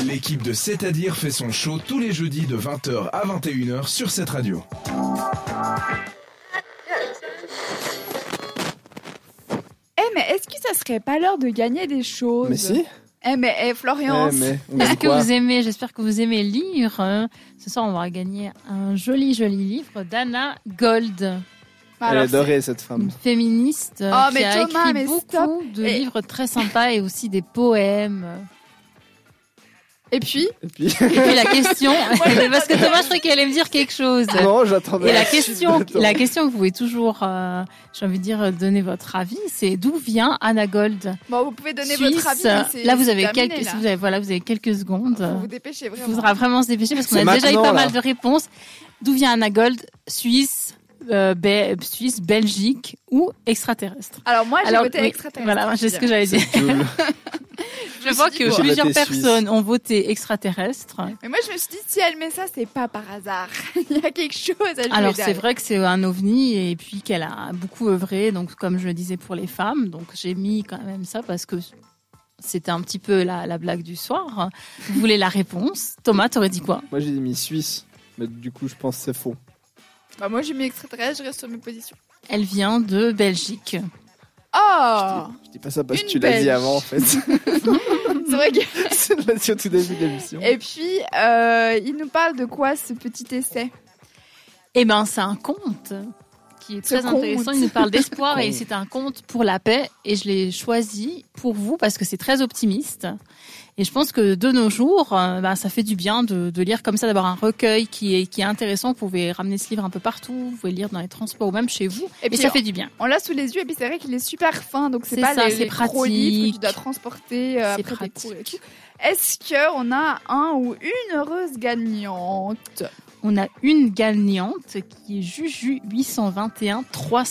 L'équipe de C'est-à-dire fait son show tous les jeudis de 20h à 21h sur cette radio. Mais est-ce que ça serait pas l'heure de gagner des choses? Mais si. Florian. J'espère que vous aimez lire. Ce soir, on va gagner un joli livre d'Anna Gold. Elle est adorée, cette femme. Une féministe qui a écrit beaucoup de livres très sympas et aussi des poèmes. Et puis la question, parce que Thomas, je croyais qu'elle allait me dire quelque chose. Non, j'attendais. Et la question que vous pouvez toujours, j'ai envie de dire, donner votre avis, c'est d'où vient Anna Gold? Bon, vous pouvez donner Suisse. Votre avis. Là, vous avez quelques secondes. Faut vous dépêcher vraiment. Il faudra vraiment se dépêcher parce qu'on a déjà eu pas mal de réponses. D'où vient Anna Gold? Suisse, Belgique ou extraterrestre? Alors moi, j'ai voté extraterrestre. Voilà, c'est ce que j'allais dire. Je vois que plusieurs personnes ont voté extraterrestre. Mais moi, je me suis dit, si elle met ça, c'est pas par hasard. Il y a quelque chose à jouer. Alors, c'est vrai que c'est un ovni et puis qu'elle a beaucoup œuvré, donc comme je le disais, pour les femmes. Donc, j'ai mis quand même ça parce que c'était un petit peu la blague du soir. Vous voulez la réponse? Thomas, t'aurais dit quoi? Moi, j'ai mis Suisse, mais du coup, je pense que c'est faux. Bah, moi, j'ai mis extraterrestre, je reste sur mes positions. Elle vient de Belgique. Oh! Je dis pas ça parce que tu l'as dit avant, en fait. C'est vrai que... C'est de la au tout début de l'émission. Et puis, il nous parle de quoi, ce petit essai? Eh ben, c'est un conte qui est très intéressant. Il nous parle d'espoir et c'est un conte pour la paix. Et je l'ai choisi pour vous parce que c'est très optimiste. Et je pense que de nos jours, ça fait du bien de lire comme ça, d'avoir un recueil qui est intéressant. Vous pouvez ramener ce livre un peu partout, vous pouvez lire dans les transports ou même chez vous. Et ça fait du bien. On l'a sous les yeux et puis c'est vrai qu'il est super fin, donc c'est pas ça, les gros livres que tu dois transporter après pratique. tes cours et tout. Est-ce qu'on a un ou une heureuse gagnante? On a une gagnante qui est Juju 821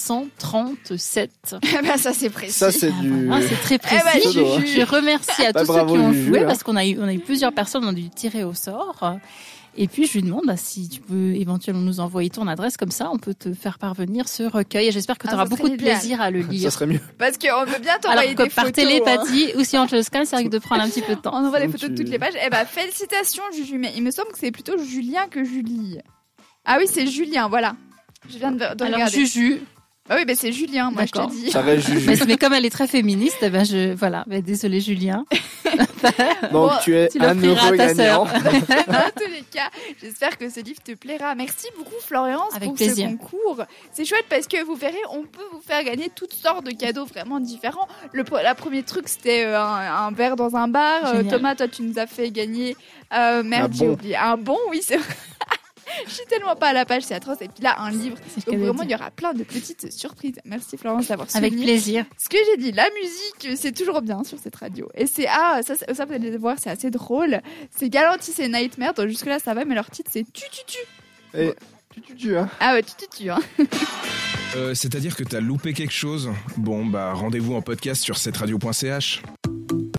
337. Ça c'est précis. Ça c'est c'est très précis. Je remercie à tous ceux qui ont joué parce qu'on a eu plusieurs personnes, on a dû tirer au sort. Et puis je lui demande si tu peux éventuellement nous envoyer ton adresse, comme ça on peut te faire parvenir ce recueil et j'espère que tu auras beaucoup de plaisir à le lire. Ça serait mieux. Parce qu'on veut bien t'envoyer des photos. Par télépathie ou si on te le scanne, c'est vrai que de prendre un petit peu de temps. On envoie des photos de toutes les pages. Félicitations Juju, mais il me semble que c'est plutôt Julien que Julie. Ah oui, c'est Julien, voilà. Je viens de regarder. Alors Juju. Ah oui, c'est Julien, moi je te dis. Ça reste Juju. Mais comme elle est très féministe, désolé Julien. Donc tu es un heureux gagnant. Dans tous les cas, j'espère que ce livre te plaira. Merci beaucoup Florence pour ce concours. C'est chouette parce que vous verrez, on peut vous faire gagner toutes sortes de cadeaux vraiment différents. La premier truc, c'était un verre dans un bar. Thomas, toi, tu nous as fait gagner... j'ai oublié. Un bon, oui, c'est vrai. Je suis tellement pas à la page, c'est atroce. Et puis là, un livre. Donc vraiment, il y aura plein de petites surprises. Merci Florence d'avoir souligné. Avec plaisir. Ce que j'ai dit, la musique, c'est toujours bien sur cette radio. Et c'est ça vous allez voir, c'est assez drôle. C'est Galantis et Nightmare. Donc jusque là, ça va, mais leur titre c'est Tu. Et tu hein. Ah ouais, tu hein. C'est-à-dire que t'as loupé quelque chose? Bon, rendez-vous en podcast sur cetteradio.ch.